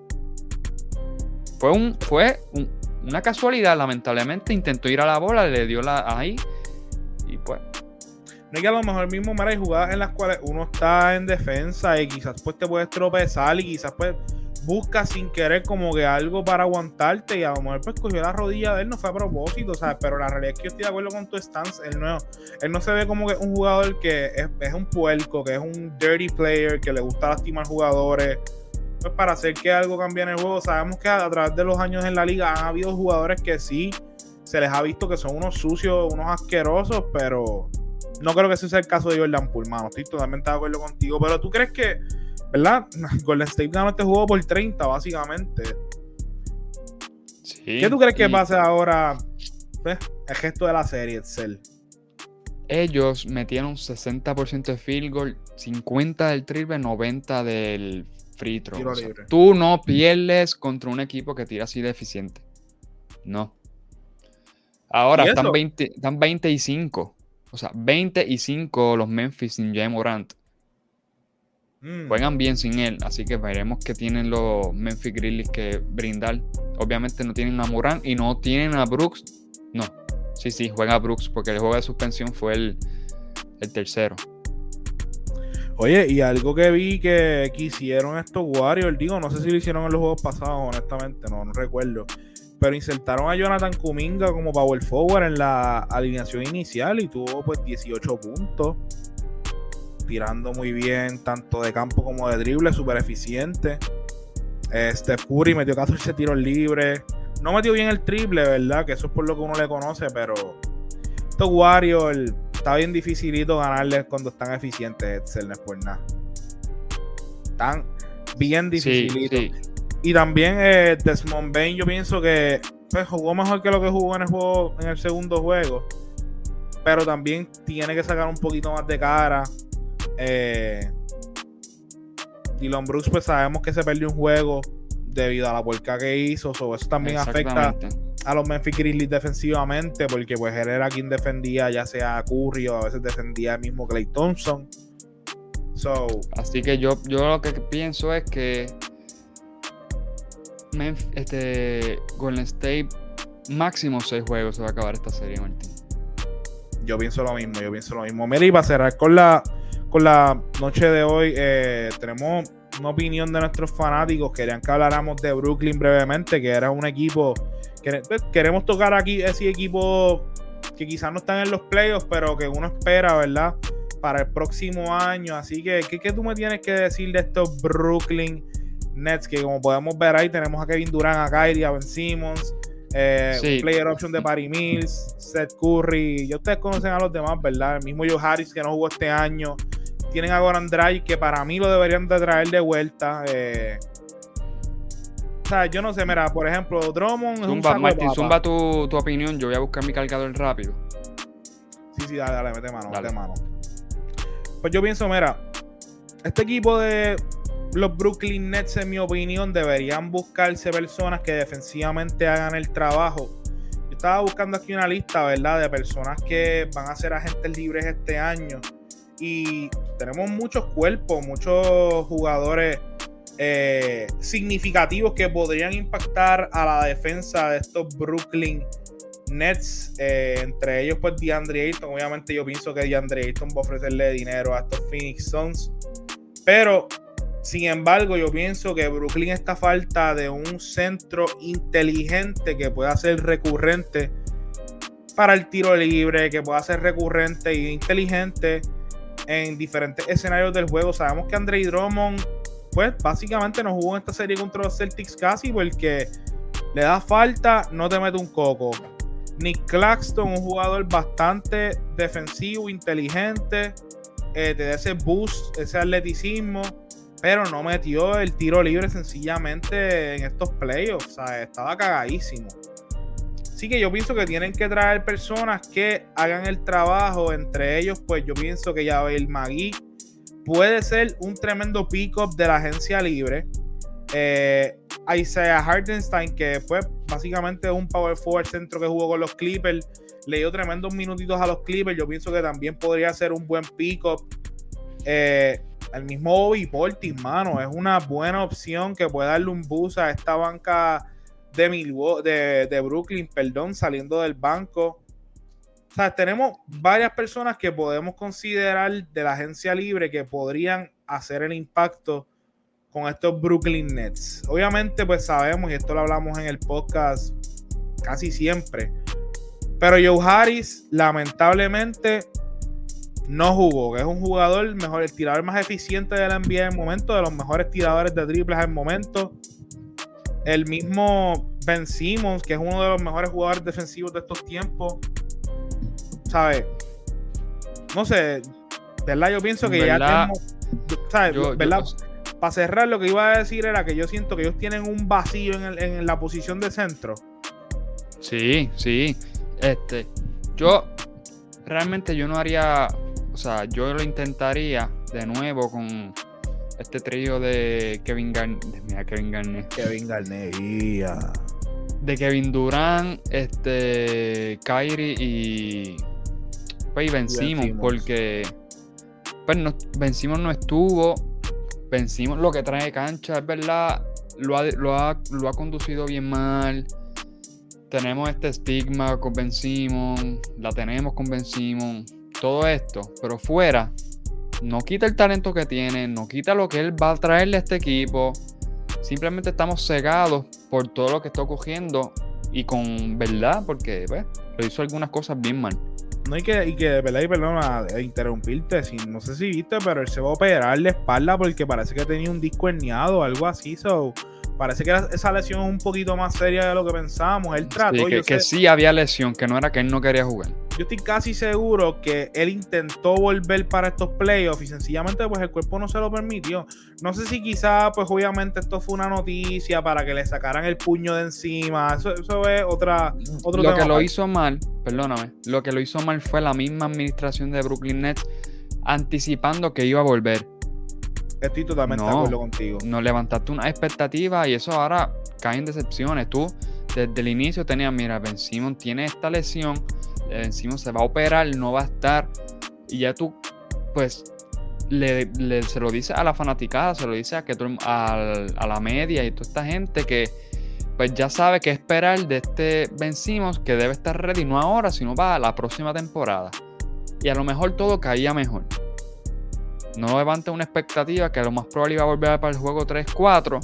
Fue, un, fue un, una casualidad, lamentablemente intentó ir a la bola, le dio la ahí y pues... No es que a lo mejor mismo, mira, hay jugadas en las cuales uno está en defensa y quizás pues te puedes tropezar y quizás pues busca sin querer como que algo para aguantarte, y a lo mejor pues cogió la rodilla de él, no fue a propósito, ¿sabes? Pero la realidad es que yo estoy de acuerdo con tu stance. Él no, él no se ve como que un jugador que es, es un puerco, que es un dirty player, que le gusta lastimar jugadores. Pues para hacer que algo cambie en el juego, sabemos que a, a través de los años en la liga han habido jugadores que sí se les ha visto que son unos sucios, unos asquerosos, pero no creo que ese sea el caso de Jordan Poole, mano. Estoy totalmente de acuerdo contigo. Pero tú crees que, ¿verdad? Golden State ganó este juego por treinta, básicamente. Sí, ¿qué tú crees y... que pase ahora? ¿Ves? El gesto de la serie, Excel. Ellos metieron sesenta por ciento de field goal, cincuenta del triple, noventa del free throw. O sea, tú no pierdes contra un equipo que tira así de eficiente. No. Ahora están veinte, están veinte y cinco. O sea, veinte y cinco los Memphis sin Ja Morant. Mm. Juegan bien sin él, así que veremos qué tienen los Memphis Grizzlies que brindar. Obviamente no tienen a Morant y no tienen a Brooks. No, sí, sí, juega a Brooks porque el juego de suspensión fue el, el tercero. Oye, y algo que vi que, que hicieron estos Warriors, digo, no sé si lo hicieron en los juegos pasados, honestamente, no, no recuerdo. Pero insertaron a Jonathan Kuminga como power forward en la alineación inicial y tuvo pues dieciocho puntos, tirando muy bien tanto de campo como de drible, súper eficiente. eh, Steph Curry metió catorce tiros libres, no metió bien el triple, ¿verdad? Que eso es por lo que uno le conoce, pero estos Warriors está bien dificilito ganarles cuando están eficientes, no es por nada. Están bien dificilitos. Sí, sí. Y también eh, Desmond Bane, yo pienso que pues, jugó mejor que lo que jugó en el juego, en el segundo juego, pero también tiene que sacar un poquito más de cara. eh, Dillon Brooks, pues sabemos que se perdió un juego debido a la puerca que hizo, so, eso también afecta a los Memphis Grizzlies defensivamente, porque pues él era quien defendía, ya sea Curry o a veces defendía el mismo Klay Thompson. So, así que yo, yo lo que pienso es que Memphis, este, Golden State máximo seis juegos se va a acabar esta serie, Martín. Yo pienso lo mismo, yo pienso lo mismo. Mira, y para cerrar con la, con la noche de hoy, eh, tenemos una opinión de nuestros fanáticos. Querían que habláramos de Brooklyn brevemente, que era un equipo que queremos tocar aquí, ese equipo que quizás no están en los playoffs, pero que uno espera, ¿verdad?, para el próximo año. Así que, ¿qué, qué tú me tienes que decir de estos Brooklyn Nets? Que como podemos ver ahí, tenemos a Kevin Durant, a Kyrie, a Ben Simmons, eh, sí. un player option de Patty Mills, Seth Curry. Ya ustedes conocen a los demás, ¿verdad? El mismo Joe Harris, que no jugó este año. Tienen a Goran Dragic, que para mí lo deberían de traer de vuelta. Eh, o sea, yo no sé, mira, por ejemplo, Drummond. Zumba, es un Martín, zumba tu, tu opinión. Yo voy a buscar mi cargador rápido. Sí, sí, dale, dale, mete mano, dale. mete mano. Pues yo pienso, mira, este equipo de los Brooklyn Nets, en mi opinión, deberían buscarse personas que defensivamente hagan el trabajo. Yo estaba buscando aquí una lista, ¿verdad?, de personas que van a ser agentes libres este año. Y tenemos muchos cuerpos, muchos jugadores eh, significativos que podrían impactar a la defensa de estos Brooklyn Nets, eh, entre ellos pues DeAndre Ayton. Obviamente yo pienso que DeAndre Ayton va a ofrecerle dinero a estos Phoenix Suns, pero sin embargo yo pienso que Brooklyn está a falta de un centro inteligente que pueda ser recurrente para el tiro libre, que pueda ser recurrente e inteligente en diferentes escenarios del juego. Sabemos que Andre Drummond, pues básicamente no jugó en esta serie contra los Celtics casi porque le da falta, no te mete un coco. Nick Claxton, un jugador bastante defensivo, inteligente, eh, te da ese boost, ese atleticismo, pero no metió el tiro libre sencillamente en estos playoffs. O sea, estaba cagadísimo. Así que yo pienso que tienen que traer personas que hagan el trabajo. Entre ellos, pues yo pienso que Javel Magui puede ser un tremendo pick-up de la agencia libre. Eh, Isaiah Hartenstein, que pues básicamente es un power forward centro que jugó con los Clippers, le dio tremendos minutitos a los Clippers. Yo pienso que también podría ser un buen pick-up. Eh, el mismo Bobby Portis, mano, es una buena opción que puede darle un boost a esta banca de, Milwaukee, de, de Brooklyn, perdón, saliendo del banco. O sea, tenemos varias personas que podemos considerar de la agencia libre que podrían hacer el impacto con estos Brooklyn Nets. Obviamente, pues sabemos, y esto lo hablamos en el podcast casi siempre, pero Joe Harris, lamentablemente, no jugó, que es un jugador mejor, el tirador más eficiente de la N B A en el momento, de los mejores tiradores de triples en el momento. El mismo Ben Simmons, que es uno de los mejores jugadores defensivos de estos tiempos, ¿sabes? No sé, ¿verdad? Yo pienso que ¿verdad? ya tenemos, ¿sabes? Yo, ¿verdad? Yo... Para cerrar, lo que iba a decir era que yo siento que ellos tienen un vacío en, el, en la posición de centro. Sí, sí. Este, yo realmente yo no haría, o sea, yo lo intentaría de nuevo con este trío de Kevin Garnett, mira Kevin Garnett, Kevin Garnett, yeah. de Kevin Durant, este, Kyrie y pues Ben Simmons, porque pues no, Ben Simmons no estuvo, Ben Simmons lo que trae cancha, es verdad, lo ha, lo ha, lo ha conducido bien mal. Tenemos este estigma con Ben Simmons, la tenemos con Ben Simmons, todo esto, pero fuera, no quita el talento que tiene, no quita lo que él va a traerle a este equipo. Simplemente estamos cegados por todo lo que está ocurriendo y con verdad, porque pues, lo hizo algunas cosas bien mal. No, y que, y que de verdad, y perdona interrumpirte, si, no sé si viste, pero él se va a operar la espalda porque parece que tenía un disco herniado o algo así, so... Parece que esa lesión es un poquito más seria de lo que pensábamos. Él trató. Sí, que, yo que sé, sí había lesión, que no era que él no quería jugar. Yo estoy casi seguro que él intentó volver para estos playoffs y sencillamente pues el cuerpo no se lo permitió. No sé si quizá pues obviamente esto fue una noticia para que le sacaran el puño de encima. Eso, eso es otra, otro lo tema. que lo hizo mal, perdóname, lo que lo hizo mal fue la misma administración de Brooklyn Nets anticipando que iba a volver. Estoy totalmente no, de acuerdo contigo. No levantaste una expectativa y eso ahora cae en decepciones. Tú desde el inicio tenías, mira, Ben Simmons tiene esta lesión, Ben Simmons se va a operar, no va a estar, y ya tú pues le, le, se lo dices a la fanaticada, se lo dices a, que, a, a la media y toda esta gente que pues ya sabe qué esperar de este Ben Simmons, que debe estar ready no ahora, sino para la próxima temporada. Y a lo mejor todo caía mejor. No levanta una expectativa que a lo más probable iba a volver para el juego tres cuatro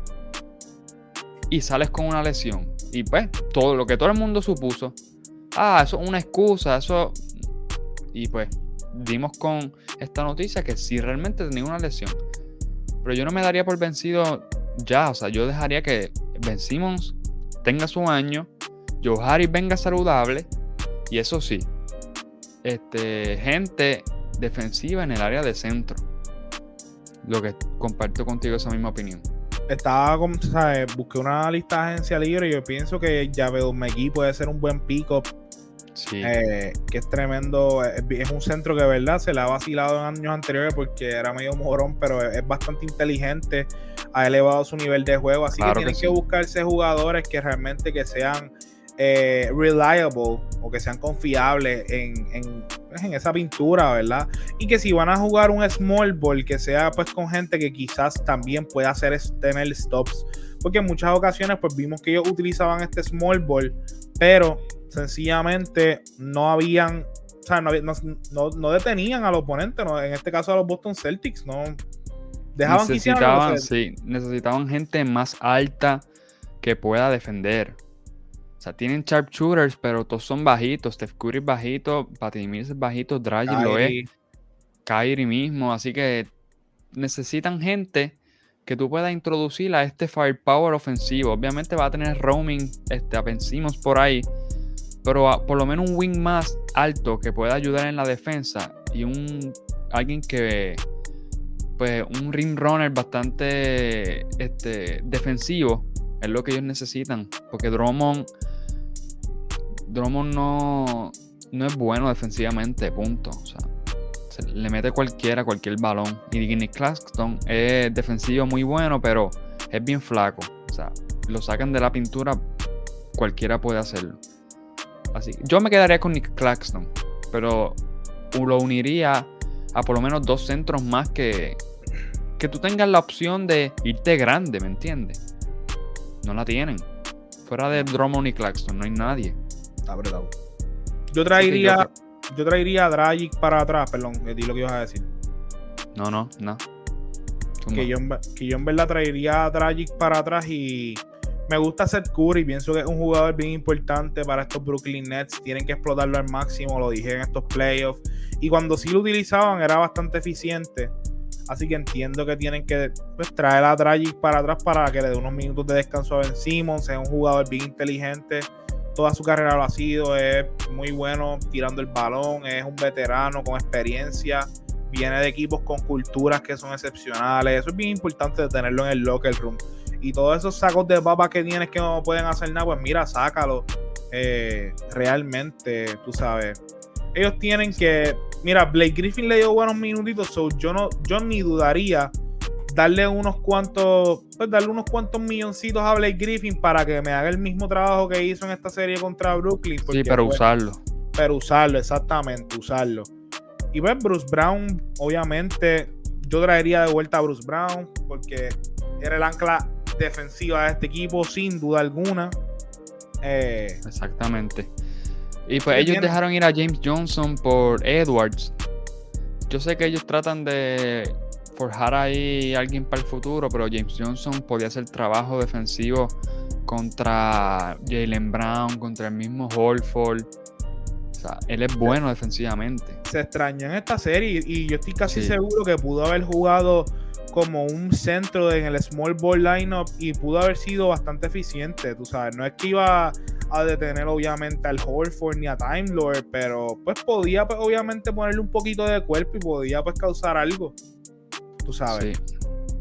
y sales con una lesión. Y pues, todo lo que todo el mundo supuso, ah, eso es una excusa, eso... Y pues, dimos con esta noticia que sí realmente tenía una lesión. Pero yo no me daría por vencido ya, o sea, yo dejaría que Ben Simmons tenga su año, Joe Harris venga saludable, y eso sí, este, gente... defensiva en el área de centro. Lo que comparto contigo esa misma opinión. Estaba como, ¿sabes? Busqué una lista de agencia libre y yo pienso que Javel Magui puede ser un buen pick-up. Sí. Eh, que es tremendo. Es, es un centro que de verdad se le ha vacilado en años anteriores porque era medio morón, pero es, es bastante inteligente. Ha elevado su nivel de juego. Así claro que tienen que, sí. que buscarse jugadores que realmente que sean Eh, reliable o que sean confiables en, en, en esa pintura, ¿verdad? Y que si van a jugar un small ball, que sea pues con gente que quizás también pueda hacer tener stops, porque en muchas ocasiones pues vimos que ellos utilizaban este small ball, pero sencillamente no habían, o sea, no, no, no, no detenían al oponente, ¿no? En este caso a los Boston Celtics, no dejaban necesitaban, que sí, necesitaban gente más alta que pueda defender. O sea, tienen sharpshooters, pero todos son bajitos. Steph Curry es bajito, Patty Mills es bajito, Dragic lo es. Kyrie mismo, así que necesitan gente que tú puedas introducir a este firepower ofensivo. Obviamente va a tener roaming, este, a Ben Simmons por ahí, pero a, por lo menos un wing más alto que pueda ayudar en la defensa y un alguien que, pues, un rim runner bastante este, defensivo es lo que ellos necesitan, porque Drummond Drummond no, no es bueno defensivamente, punto. O sea, se le mete cualquiera cualquier balón. Y Nick Claxton es defensivo muy bueno, pero es bien flaco. O sea, lo sacan de la pintura, cualquiera puede hacerlo. Así que yo me quedaría con Nick Claxton, pero lo uniría a por lo menos dos centros más que, que tú tengas la opción de irte grande, ¿me entiendes? No la tienen. Fuera de Drummond y Claxton no hay nadie. Apretado. Yo traería, yo, yo traería a Dragic para atrás, perdón, di lo que ibas a decir. No, no, no. Que yo, que yo en verdad traería a Dragic para atrás y me gusta Seth Curry, pienso que es un jugador bien importante para estos Brooklyn Nets, tienen que explotarlo al máximo, lo dije en estos playoffs, y cuando sí lo utilizaban era bastante eficiente, así que entiendo que tienen que, pues, traer a Dragic para atrás para que le dé unos minutos de descanso a Ben Simmons, es un jugador bien inteligente, toda su carrera lo ha sido, es muy bueno tirando el balón, es un veterano con experiencia, viene de equipos con culturas que son excepcionales, eso es bien importante de tenerlo en el locker room. Y todos esos sacos de papas que tienes que no pueden hacer nada, pues mira, sácalo. Eh, realmente, tú sabes. Ellos tienen que... Mira, Blake Griffin le dio buenos minutitos, so yo no, yo ni dudaría darle unos cuantos, pues darle unos cuantos milloncitos a Blake Griffin para que me haga el mismo trabajo que hizo en esta serie contra Brooklyn. Sí, pero pues, usarlo. Pero usarlo, exactamente, usarlo. Y pues Bruce Brown, obviamente, yo traería de vuelta a Bruce Brown porque era el ancla defensiva de este equipo, sin duda alguna. Eh, Exactamente. Y pues ellos tienen? dejaron ir a James Johnson por Edwards. Yo sé que ellos tratan de forjar ahí a alguien para el futuro, pero James Johnson podía hacer trabajo defensivo contra Jaylen Brown, contra el mismo Horford. O sea, él es bueno se, defensivamente. Se extrañó en esta serie y yo estoy casi sí. seguro que pudo haber jugado como un centro en el small ball lineup y pudo haber sido bastante eficiente, tú sabes, no es que iba a detener obviamente al Horford ni a Time Lord, pero pues podía pues, obviamente ponerle un poquito de cuerpo y podía pues causar algo, tú sabes. Sí.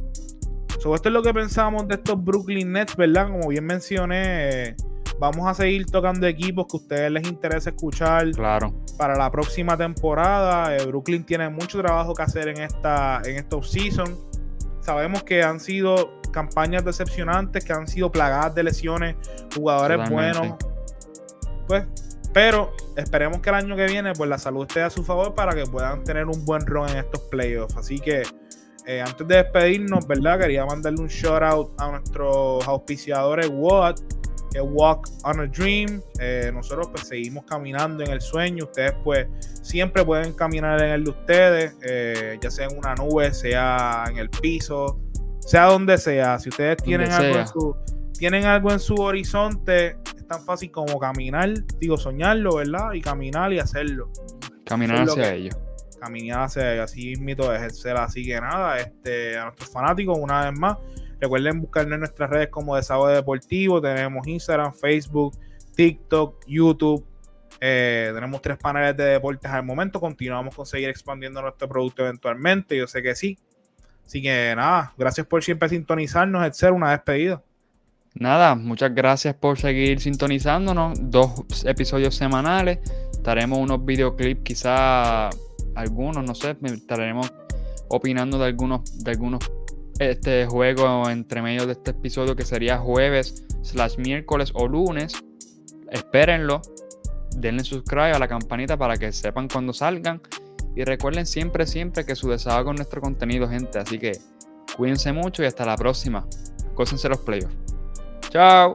So, esto es lo que pensamos de estos Brooklyn Nets, ¿verdad? Como bien mencioné, eh, vamos a seguir tocando equipos que a ustedes les interesa escuchar. Claro. Para la próxima temporada. Eh, Brooklyn tiene mucho trabajo que hacer en esta, en esta offseason. Sabemos que han sido campañas decepcionantes, que han sido plagadas de lesiones, jugadores Totalmente. buenos. Pues, pero esperemos que el año que viene pues la salud esté a su favor para que puedan tener un buen run en estos playoffs. Así que eh, antes de despedirnos, ¿verdad? Quería mandarle un shout out a nuestros auspiciadores W O D, que es Walk on a Dream. Eh, nosotros pues seguimos caminando en el sueño. Ustedes pues siempre pueden caminar en el de ustedes, eh, ya sea en una nube, sea en el piso, sea donde sea. Si ustedes tienen algo, en su, tienen algo en su horizonte, es tan fácil como caminar, digo soñarlo, ¿verdad? Y caminar y hacerlo. Caminar hacia ello. Caminar hacia ello, así mito de ejercer. Así que nada, este, a nuestros fanáticos una vez más, recuerden buscarnos en nuestras redes como Desahogo Deportivo. Tenemos Instagram, Facebook, TikTok, YouTube. Eh, tenemos tres paneles de deportes al momento. Continuamos con seguir expandiendo nuestro producto eventualmente. Yo sé que sí. Así que nada, gracias por siempre sintonizarnos. Etcétera, una despedida. Nada, muchas gracias por seguir sintonizándonos. Dos episodios semanales. Estaremos unos videoclips, quizá algunos, no sé. Estaremos opinando de algunos, de algunos este juego entre medio de este episodio, que sería jueves slash miércoles o lunes. Espérenlo, denle subscribe a la campanita para que sepan cuando salgan y recuerden siempre siempre que su desahogo con nuestro contenido, gente, así que cuídense mucho y hasta la próxima. Gócense los playoffs. Chao.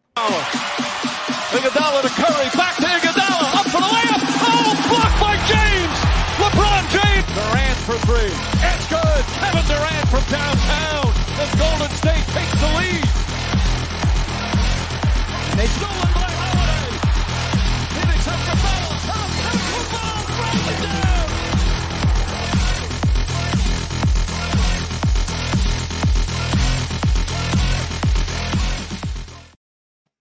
Iguodala to Curry, back to Iguodala, up for the layup. Oh, blocked by James. LeBron James. Durant for three.